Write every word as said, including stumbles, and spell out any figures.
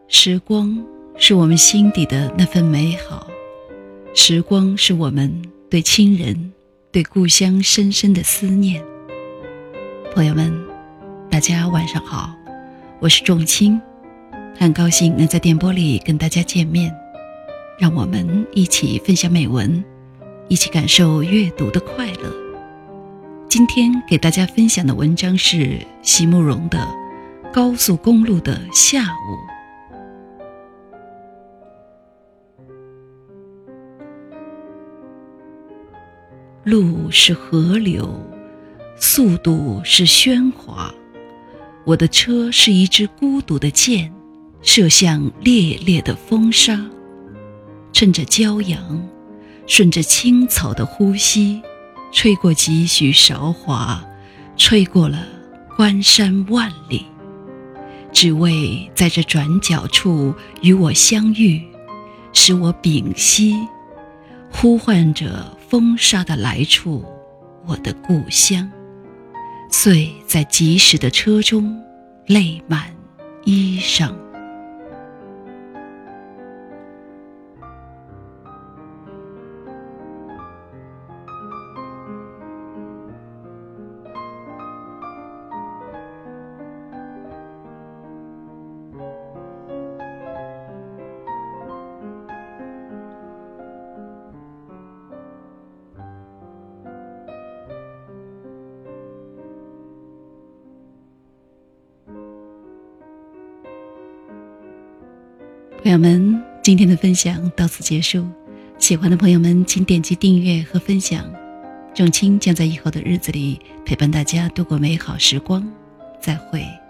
时光是我们心底的那份美好，时光是我们对亲人、对故乡深深的思念。朋友们，大家晚上好，我是仲青，很高兴能在电波里跟大家见面，让我们一起分享美文，一起感受阅读的快乐。今天给大家分享的文章是席慕容的《高速公路的下午》。路是河流，速度是喧哗，我的车是一支孤独的箭，射向烈烈的风沙。趁着骄阳，顺着青草的呼吸，吹过几许韶华，吹过了关山万里，只为在这转角处与我相遇，使我屏息，呼唤着风沙的来处，我的故乡，遂在疾驶的车中泪满衣裳。朋友们，今天的分享到此结束，喜欢的朋友们请点击订阅和分享，仲青将在以后的日子里陪伴大家度过美好时光，再会。